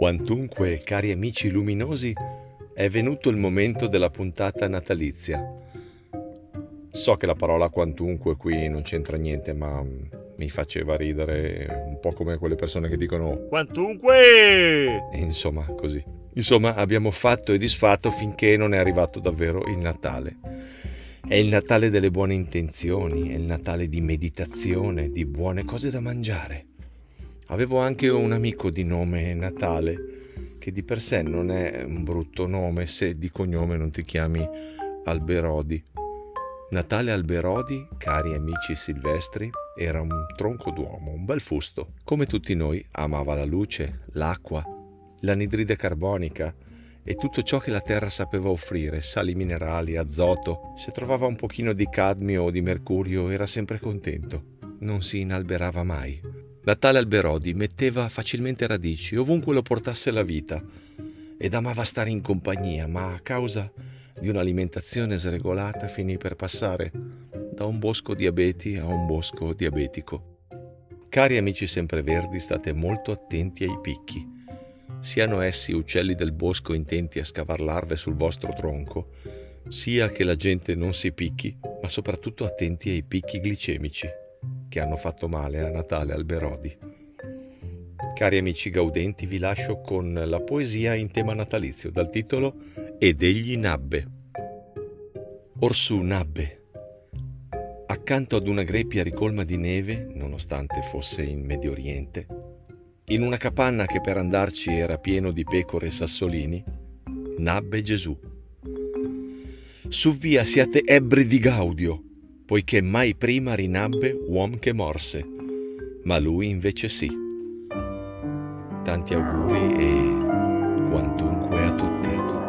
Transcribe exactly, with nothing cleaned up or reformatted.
Quantunque, cari amici luminosi, è venuto il momento della puntata natalizia. So che la parola quantunque qui non c'entra niente, ma mi faceva ridere, un po' come quelle persone che dicono quantunque! E insomma, così. Insomma, abbiamo fatto e disfatto finché non è arrivato davvero il Natale. È il Natale delle buone intenzioni, è il Natale di meditazione, di buone cose da mangiare. Avevo anche un amico di nome Natale, che di per sé non è un brutto nome se di cognome non ti chiami Alberodi. Natale Alberodi, cari amici silvestri, era un tronco d'uomo, un bel fusto. Come tutti noi, amava la luce, l'acqua, l'anidride carbonica e tutto ciò che la terra sapeva offrire, sali minerali, azoto. Se trovava un pochino di cadmio o di mercurio era sempre contento, non si inalberava mai. Natale Alberodi metteva facilmente radici ovunque lo portasse la vita ed amava stare in compagnia, ma a causa di un'alimentazione sregolata finì per passare da un bosco di abeti a un bosco diabetico. Cari amici sempreverdi, state molto attenti ai picchi. Siano essi uccelli del bosco intenti a scavar larve sul vostro tronco, sia che la gente non si picchi, ma soprattutto attenti ai picchi glicemici che hanno fatto male a Natale Alberodi. Cari amici gaudenti, vi lascio con la poesia in tema natalizio dal titolo Ed egli nabbe. Orsù nabbe. Accanto ad una greppia ricolma di neve, nonostante fosse in Medio Oriente, in una capanna che per andarci era pieno di pecore e sassolini, nabbe Gesù. Su via siate ebbri di gaudio, poiché mai prima rinabbe uom che morse, ma lui invece sì. Tanti auguri e quantunque a tutti.